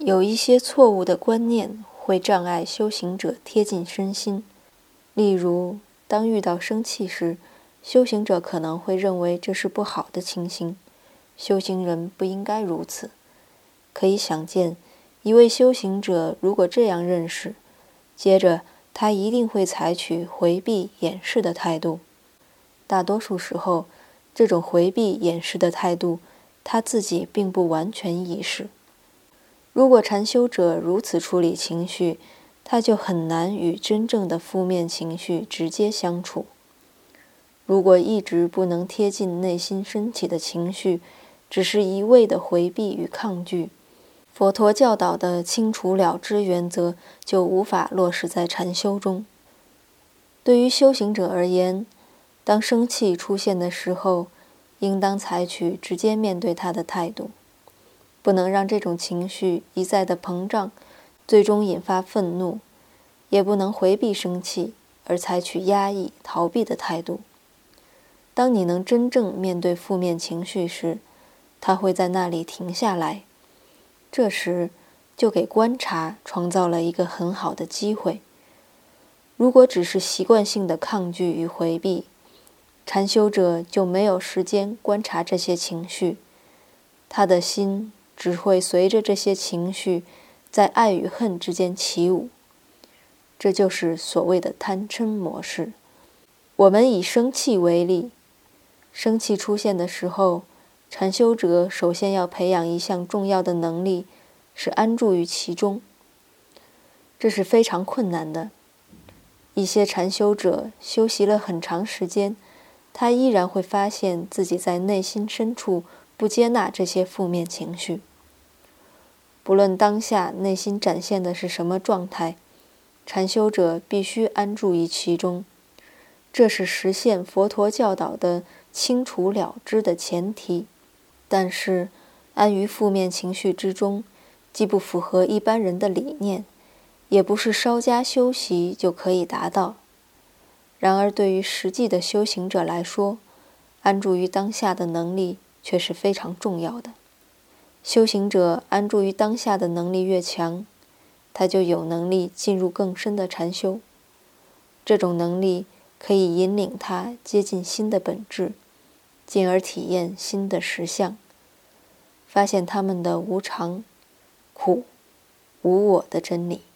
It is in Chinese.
有一些错误的观念会障碍修行者贴近身心。例如，当遇到生气时，修行者可能会认为这是不好的情形，修行人不应该如此。可以想见，一位修行者如果这样认识，接着他一定会采取回避掩饰的态度。大多数时候，这种回避掩饰的态度，他自己并不完全意识。如果禅修者如此处理情绪，他就很难与真正的负面情绪直接相处。如果一直不能贴近内心升起的情绪，只是一味的回避与抗拒，佛陀教导的清除了知原则就无法落实在禅修中。对于修行者而言，当生气出现的时候，应当采取直接面对它的态度，不能让这种情绪一再的膨胀，最终引发愤怒，也不能回避生气而采取压抑、逃避的态度。当你能真正面对负面情绪时，它会在那里停下来，这时就给观察创造了一个很好的机会。如果只是习惯性的抗拒与回避，禅修者就没有时间观察这些情绪，他的心只会随着这些情绪在爱与恨之间起舞。这就是所谓的贪嗔模式。我们以生气为例，生气出现的时候，禅修者首先要培养一项重要的能力，是安住于其中。这是非常困难的。一些禅修者修习了很长时间，他依然会发现自己在内心深处不接纳这些负面情绪。不论当下内心展现的是什么状态，禅修者必须安住于其中，这是实现佛陀教导的清除了知的前提。但是，安于负面情绪之中，既不符合一般人的理念，也不是稍加修习就可以达到。然而，对于实际的修行者来说，安住于当下的能力却是非常重要的。修行者安住于当下的能力越强，他就有能力进入更深的禅修。这种能力可以引领他接近心的本质，进而体验心的实相，发现他们的无常、苦、无我的真理。